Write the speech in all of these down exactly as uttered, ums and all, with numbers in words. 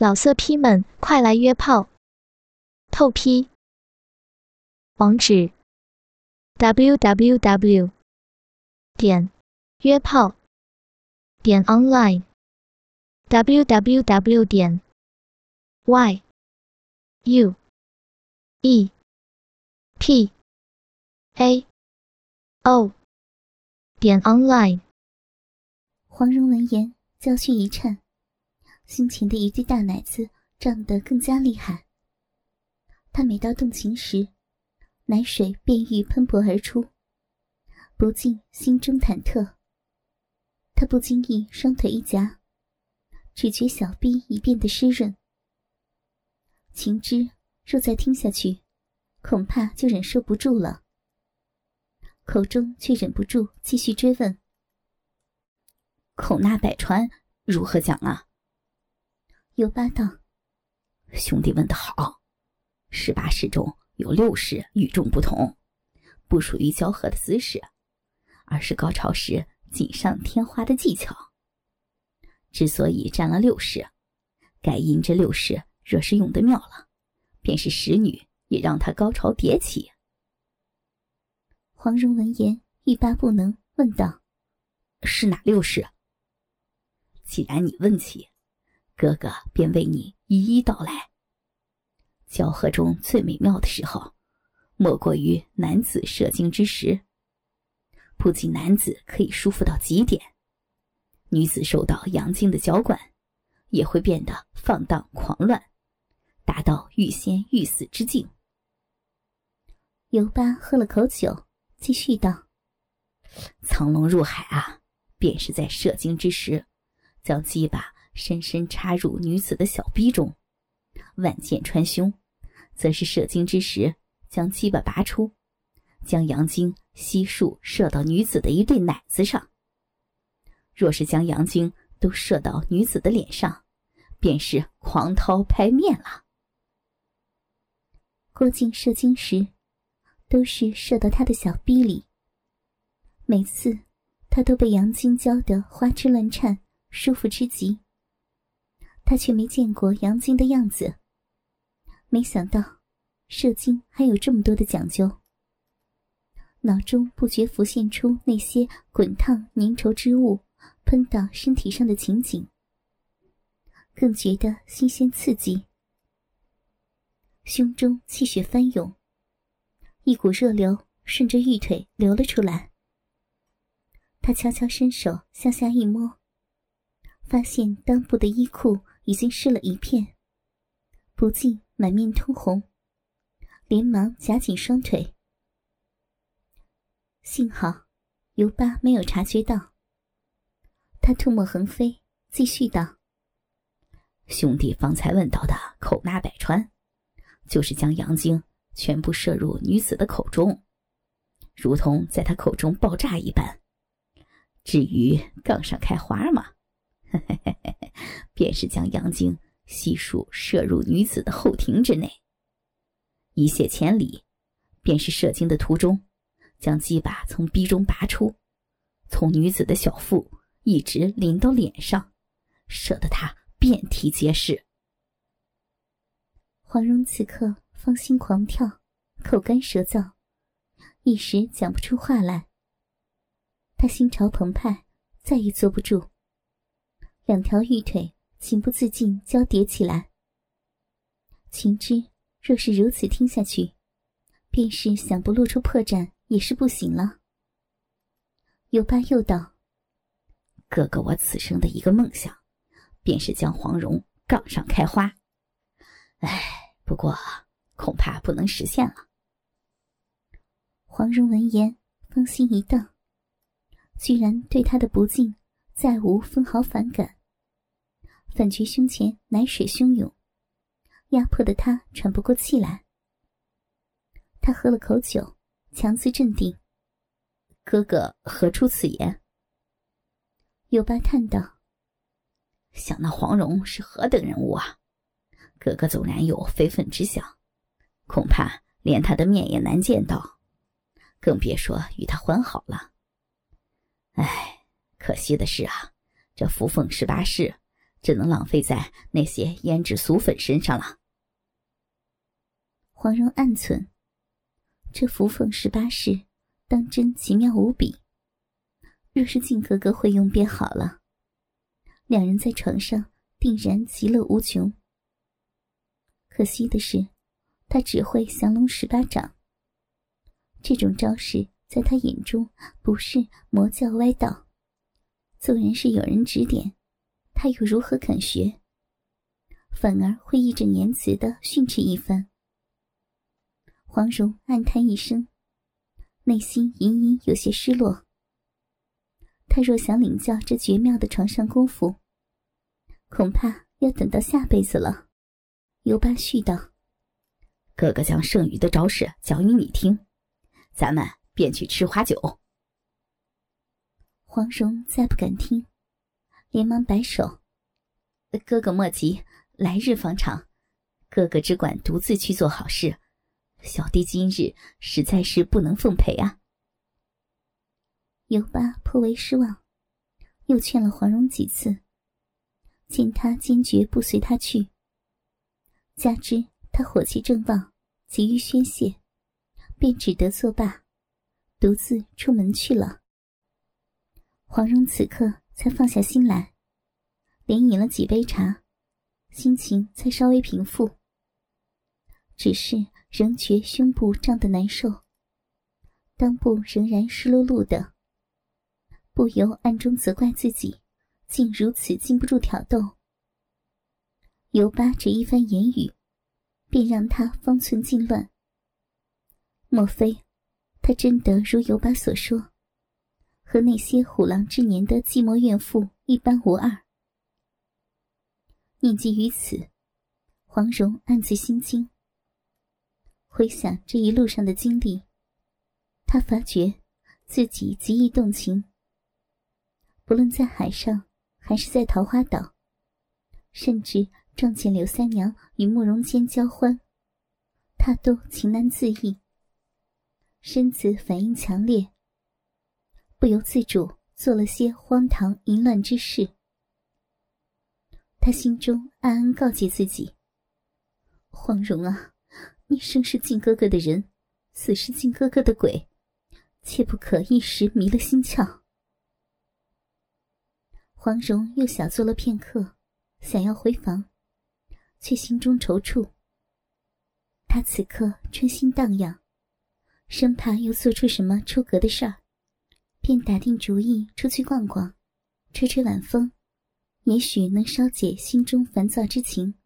老色批们，快来约炮！透批。网址 ：double-u double-u double-u 点约炮点 online。double-u double-u double-u 点 y u e p a o 点 online。 黄蓉闻言，娇躯一颤，胸前的一对大奶子胀得更加厉害。她每到动情时，奶水便欲喷薄而出，不禁心中忐忑。她不经意双腿一夹，只觉小臂已变得湿润。情知若再听下去，恐怕就忍受不住了，口中却忍不住继续追问： 口纳百川如何讲啊？ 尤八道： 兄弟问得好，十八式中有六式与众不同，不属于交合的姿势，而是高潮时锦上添花的技巧。之所以占了六式，该因这六式若是用得妙了，便是使女也让她高潮迭起。 黄蓉闻言欲罢不能，问道： 是哪六式？既然你问起，哥哥便为你一一道来。交合中最美妙的时候，莫过于男子射精之时。不仅男子可以舒服到极点，女子受到阳精的浇灌，也会变得放荡狂乱，达到欲仙欲死之境。 尤八喝了口酒，继续道： 藏龙入海啊，便是在射精之时，将鸡巴深深插入女子的小逼中；万箭穿胸，则是射精之时，将鸡巴拔出，将阳精悉数射到女子的一对奶子上。若是将阳精都射到女子的脸上，便是狂涛拍面了。 郭靖射精时，都是射到他的小逼里，每次他都被阳精浇得花枝乱颤，舒服之极。他却没见过阳精的样子，没想到射精还有这么多的讲究。脑中不觉浮现出那些滚烫粘稠之物喷到身体上的情景，更觉得新鲜刺激。胸中气血翻涌，一股热流顺着玉腿流了出来。他悄悄伸手向下一摸，发现裆部的衣裤已经湿了一片，不禁满面通红，连忙夹紧双腿。幸好尤八没有察觉到，他吐沫横飞，继续道： 兄弟方才问到的口纳百川，就是将阳精全部射入女子的口中，如同在她口中爆炸一般。至于杠上开花嘛，便是将阳精悉数射入女子的后庭之内。一泻千里，便是射精的途中，将鸡巴从逼中拔出，从女子的小腹一直淋到脸上，射得她遍体皆是。 黄蓉此刻芳心狂跳，口干舌燥，一时讲不出话来。她心潮澎湃，再也坐不住，两条玉腿情不自禁交叠起来。情知若是如此听下去，便是想不露出破绽也是不行了。尤八又道： 哥哥我此生的一个梦想，便是将黄蓉杠上开花。唉，不过恐怕不能实现了。 黄蓉闻言芳心一荡，居然对他的不敬再无分毫反感，反觉胸前奶水汹涌，压迫得他喘不过气来。他喝了口酒，强自镇定： 哥哥何出此言？ 尤八叹道： 想那黄蓉是何等人物啊，哥哥纵然有非分之想，恐怕连他的面也难见到，更别说与他欢好了。唉，可惜的是啊，这扶风十八式只能浪费在那些胭脂俗粉身上了。 黄蓉暗忖，这扶凤十八式当真奇妙无比，若是靖哥哥会用便好了，两人在床上定然其乐无穷。可惜的是，他只会降龙十八掌，这种招式在他眼中不是魔教歪道，纵然是有人指点，他又如何肯学，反而会义正言辞地训斥一番。黄蓉暗叹一声，内心隐隐有些失落。他若想领教这绝妙的床上功夫，恐怕要等到下辈子了。尤巴絮道： 哥哥将剩余的招式教给你听，咱们便去吃花酒。 黄蓉再不敢听，连忙摆手： 哥哥莫急，来日方长，哥哥只管独自去做好事，小弟今日实在是不能奉陪啊。 尤巴颇为失望，又劝了黄蓉几次，见他坚决不随他去，加之他火气正旺，急于宣泄，便只得作罢，独自出门去了。黄蓉此刻才放下心来，连饮了几杯茶，心情才稍微平复，只是仍觉胸部胀得难受，裆部仍然湿漉漉的，不由暗中责怪自己竟如此禁不住挑逗。尤巴这一番言语便让他方寸尽乱，莫非他真的如尤巴所说，和那些虎狼之年的寂寞怨妇一般无二？念及于此，黄蓉暗自心惊。回想这一路上的经历，她发觉自己极易动情，不论在海上还是在桃花岛，甚至撞见柳三娘与慕容坚交欢，她都情难自抑，身子反应强烈，不由自主做了些荒唐淫乱之事。她心中暗暗告诫自己：黄蓉啊，你生是靖哥哥的人，死是靖哥哥的鬼，切不可一时迷了心窍。黄蓉又小坐了片刻，想要回房，却心中踌躇。她此刻春心荡漾，生怕又做出什么出格的事儿，便打定主意出去逛逛，吹吹晚风，也许能稍解心中烦躁之情。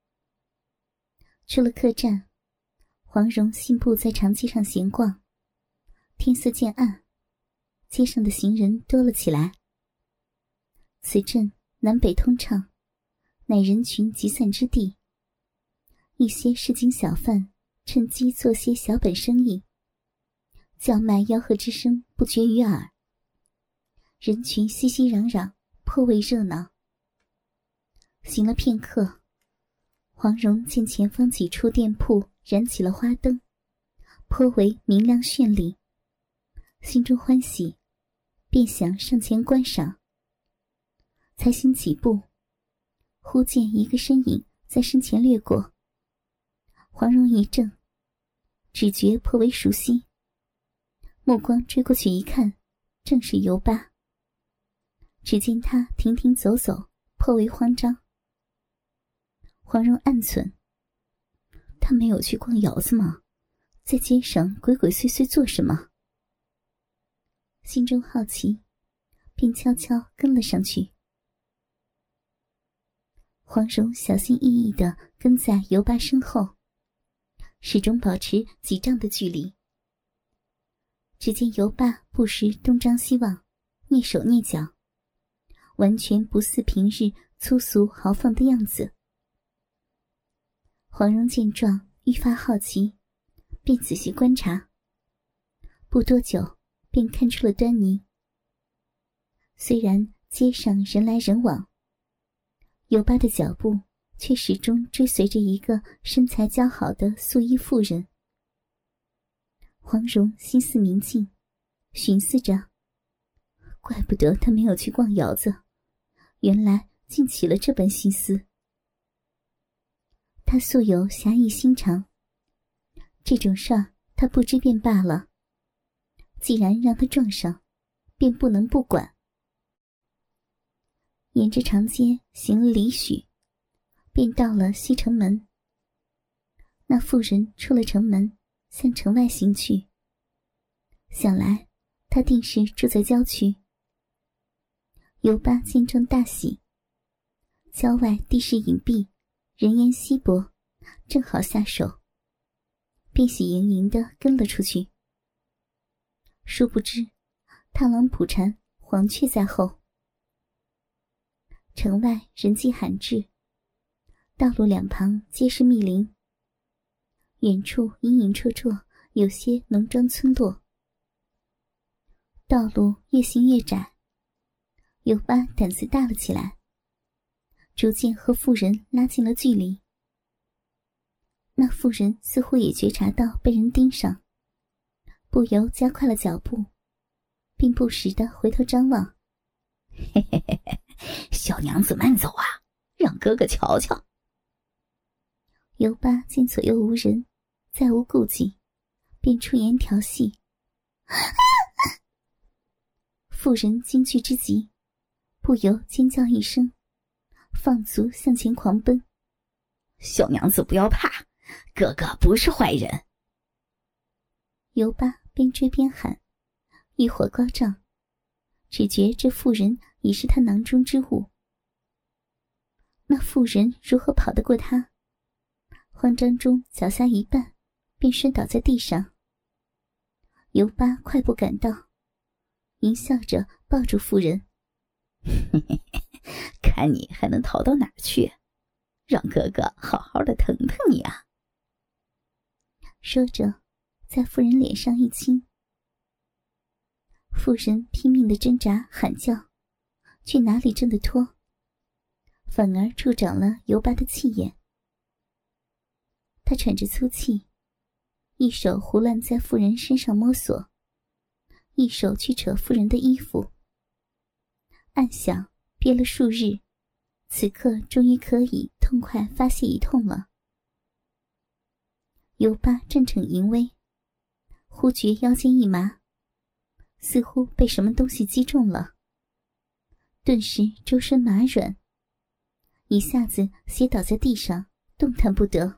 出了客栈，黄蓉信步在长街上闲逛，天色渐暗，街上的行人多了起来。此镇南北通畅，乃人群集散之地，一些市井小贩趁机做些小本生意，叫卖吆喝之声不绝于耳，人群熙熙攘攘，颇为热闹。行了片刻，黄蓉见前方几处店铺燃起了花灯，颇为明亮绚丽，心中欢喜，便想上前观赏。才行几步，忽见一个身影在身前掠过，黄蓉一怔，只觉颇为熟悉，目光追过去一看，正是尤巴。只见他停停走走，颇为慌张。黄蓉暗忖，他没有去逛窑子吗？在街上鬼鬼祟祟做什么？心中好奇，便悄悄跟了上去。黄蓉小心翼翼地跟在尤巴身后，始终保持几丈的距离。只见尤巴不时东张西望，蹑手蹑脚，完全不似平日粗俗豪放的样子。黄蓉见状愈发好奇，便仔细观察，不多久便看出了端倪。虽然街上人来人往，尤巴的脚步却始终追随着一个身材姣好的素衣妇人。黄蓉心思明镜，寻思着，怪不得他没有去逛窑子，原来竟起了这般心思。他素有侠义心肠，这种事儿他不知便罢了，既然让他撞上，便不能不管。沿着长街行了里许，便到了西城门。那妇人出了城门，向城外行去。想来他定是住在郊区。尤巴见状大喜，郊外地势隐蔽，人烟稀薄，正好下手，便喜盈盈地跟了出去。殊不知螳螂捕蝉，黄雀在后。城外人迹罕至，道路两旁皆是密林，远处隐隐绰绰有些农庄村落。道路越行越窄，尤巴胆子大了起来，逐渐和妇人拉近了距离。那妇人似乎也觉察到被人盯上，不由加快了脚步，并不时地回头张望。 嘿嘿嘿嘿，小娘子慢走啊，让哥哥瞧瞧。 尤巴见左右无人，再无顾忌，便出言调戏。妇人惊惧之极，不由尖叫一声，放足向前狂奔。 小娘子不要怕，哥哥不是坏人。 尤巴边追边喊，欲火高涨，只觉这妇人已是他囊中之物。那妇人如何跑得过他？慌张中脚下一绊，便摔倒在地上。尤巴快步赶到，淫笑着抱住妇人。 看你还能逃到哪儿去，让哥哥好好的疼疼你啊。 说着在妇人脸上一亲。妇人拼命的挣扎喊叫，却哪里挣得脱，反而助长了尤巴的气焰。他喘着粗气，一手胡乱在妇人身上摸索，一手去扯妇人的衣服。暗想憋了数日，此刻终于可以痛快发泄一通了。尤巴正逞淫威，忽觉腰间一麻，似乎被什么东西击中了，顿时周身麻软，一下子斜倒在地上，动弹不得。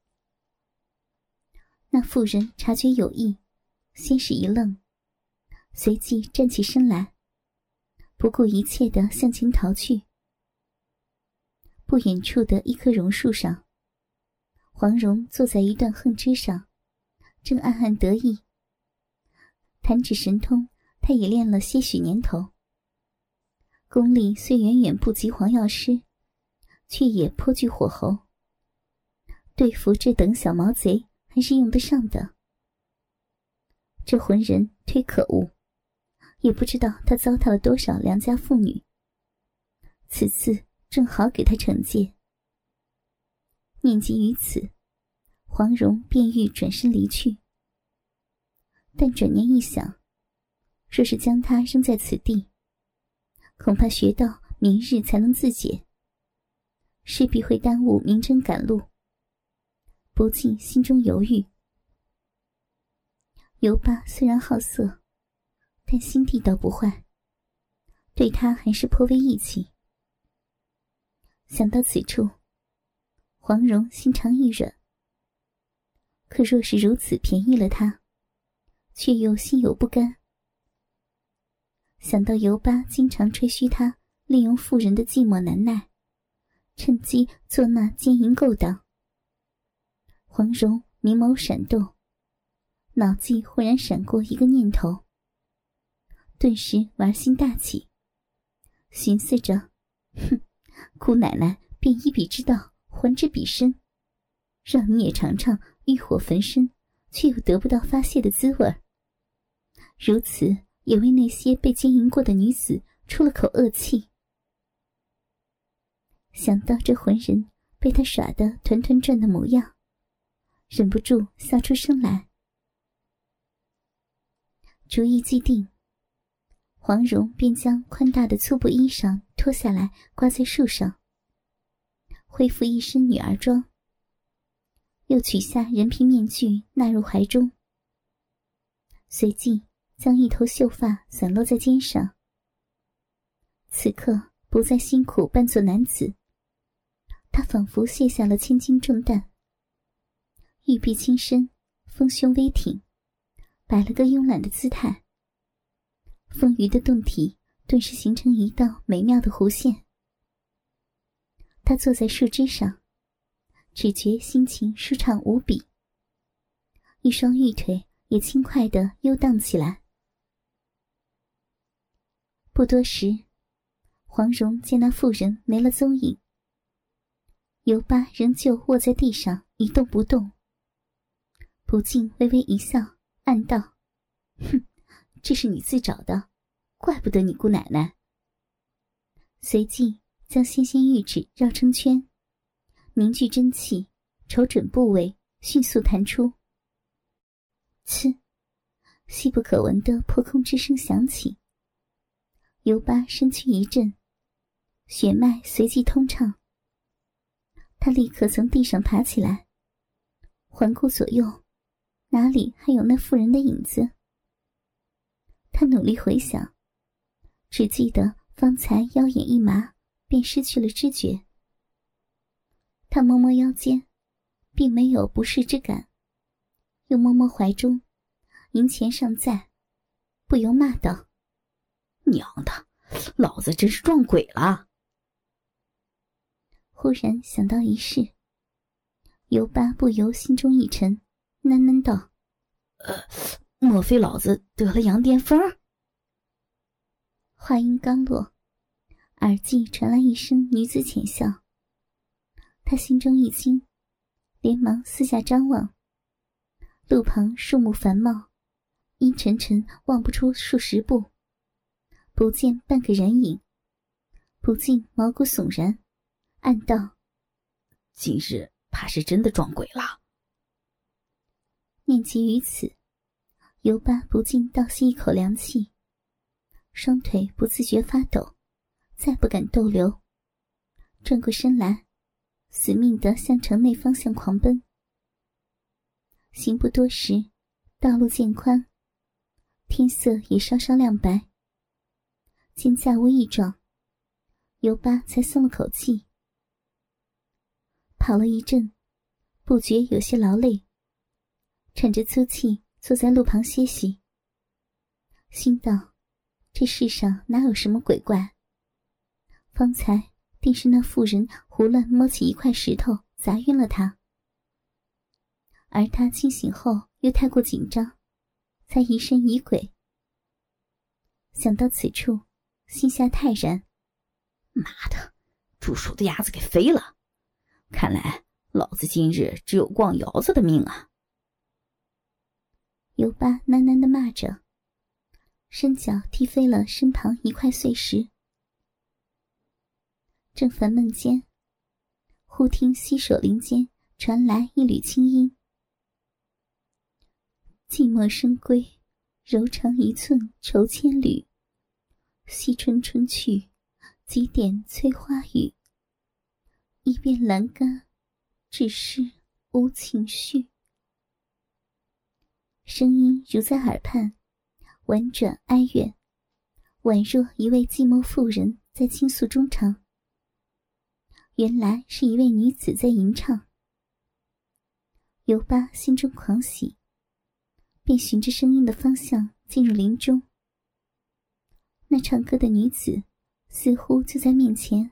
那妇人察觉有异，先是一愣，随即站起身来，不顾一切地向前逃去。不远处的一棵榕树上，黄蓉坐在一段横枝上，正暗暗得意。弹指神通，他也练了些许年头，功力虽远远不及黄药师，却也颇具火候，对付这等小毛贼还是用得上的。这浑人忒可恶，也不知道他糟蹋了多少良家妇女，此次正好给他惩戒。念及于此，黄蓉便欲转身离去，但转念一想，若是将他扔在此地，恐怕学到明日才能自解，势必会耽误明侦赶路，不禁心中犹豫。尤巴虽然好色，但心地倒不坏，对他还是颇为义气。想到此处，黄蓉心肠一软，可若是如此便宜了他，却又心有不甘。想到尤巴经常吹嘘他利用妇人的寂寞难耐，趁机做那奸淫勾当，黄蓉明眸闪动，脑际忽然闪过一个念头，顿时玩心大起，寻思着，哼，姑奶奶便以彼之道还之彼身，让你也尝尝欲火焚身却又得不到发泄的滋味，如此也为那些被奸淫过的女子出了口恶气。想到这浑人被他耍得团团转的模样，忍不住笑出声来。主意既定， 黄蓉便将宽大的粗布衣裳脱下来挂在树上，恢复一身女儿装，又取下人皮面具纳入怀中，随即将一头秀发散落在肩上。此刻不再辛苦扮作男子，他仿佛卸下了千斤重担，玉臂轻伸，丰胸微挺，摆了个慵懒的姿态，丰腴的胴体顿时形成一道美妙的弧线。他坐在树枝上，只觉心情舒畅无比，一双玉腿也轻快地游荡起来。不多时，黄蓉见那妇人没了踪影，尤巴仍旧卧在地上一动不动，不禁微微一笑，暗道：哼，这是你自找的，怪不得你姑奶奶。随即将纤纤玉指绕成圈，凝聚真气，瞅准部位，迅速弹出。呲，细不可闻的破空之声响起，尤巴身躯一震，血脉随即通畅。他立刻从地上爬起来，环顾左右，哪里还有那妇人的影子？他努力回想，只记得方才腰眼一麻，便失去了知觉。他摸摸腰间，并没有不适之感，又摸摸怀中，银钱尚在，不由骂道： 娘的，老子真是撞鬼了。 忽然想到一事，尤巴不由心中一沉，喃喃道： 呃，莫非老子得了羊癫疯？ 话音刚落，耳际传来一声女子浅笑。他心中一惊，连忙四下张望，路旁树木繁茂，阴沉沉望不出数十步，不见半个人影，不禁毛骨悚然，暗道： 今日怕是真的撞鬼了。 念及于此，尤巴不禁倒吸一口凉气，双腿不自觉发抖，再不敢逗留，转过身来，死命地向城内方向狂奔。行不多时，道路渐宽，天色也稍稍亮白，见再无异状，尤巴才松了口气。跑了一阵，不觉有些劳累，喘着粗气坐在路旁歇息，心道：这世上哪有什么鬼怪？方才定是那妇人胡乱摸起一块石头砸晕了他，而他清醒后又太过紧张，才疑神疑鬼。想到此处，心下泰然。 妈的，猪鼠的鸭子给飞了！看来老子今日只有逛窑子的命啊！ 尤巴喃喃地骂着，伸脚踢飞了身旁一块碎石。正烦闷间，忽听西首林间传来一缕清音：寂寞深闺，柔肠一寸愁千缕。惜春春去，几点催花雨。一遍阑干，只是无情绪。声音如在耳畔，婉转哀怨，宛若一位寂寞妇人在倾诉衷肠。原来是一位女子在吟唱。尤巴心中狂喜，便循着声音的方向进入林中。那唱歌的女子似乎就在面前，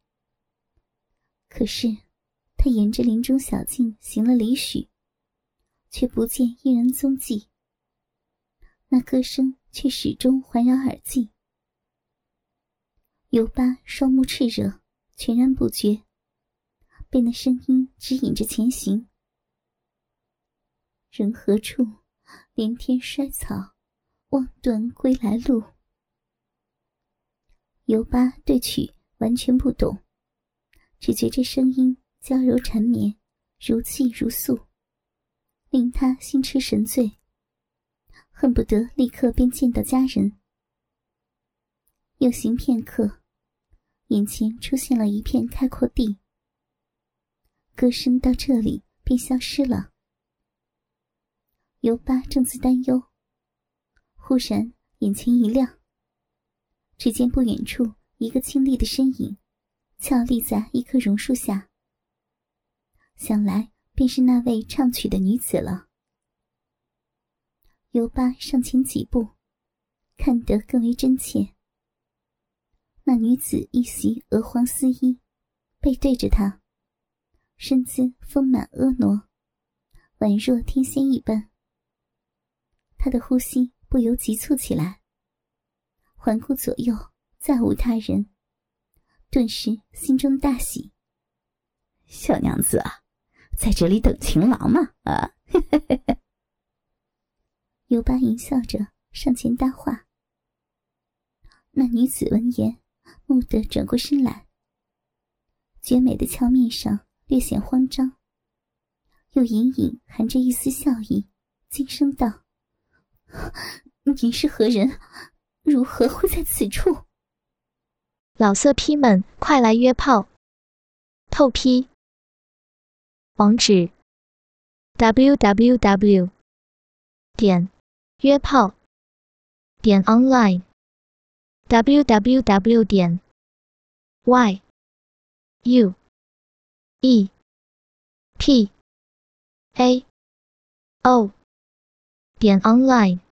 可是他沿着林中小径行了里许，却不见一人踪迹，那歌声却始终环绕耳际。尤巴双目炽热，全然不觉，被那声音指引着前行。人何处，连天衰草，望断归来路。尤巴对曲完全不懂，只觉这声音娇柔缠绵，如泣如诉，令他心痴神醉，恨不得立刻便见到家人。 又行片刻，眼前出现了一片开阔地，歌声到这里便消失了。尤巴正自担忧，忽然眼前一亮，只见不远处一个清丽的身影俏立在一棵榕树下，想来便是那位唱曲的女子了。尤巴上前几步，看得更为真切。那女子一袭鹅黄丝衣，背对着他，身姿丰满婀娜，宛若天仙一般。他的呼吸不由急促起来，环顾左右，再无他人，顿时心中大喜。 小娘子啊，在这里等情郎嘛啊！ 尤巴淫笑着上前搭话。那女子闻言，蓦地转过身来，绝美的俏面上略显慌张，又隐隐含着一丝笑意，轻声道：“您是何人？如何会在此处？” 老色批们，快来约炮！透批。网址 ：double-u double-u double-u 点约炮点 online double-u double-u double-u 点 y u e p a o 点 online。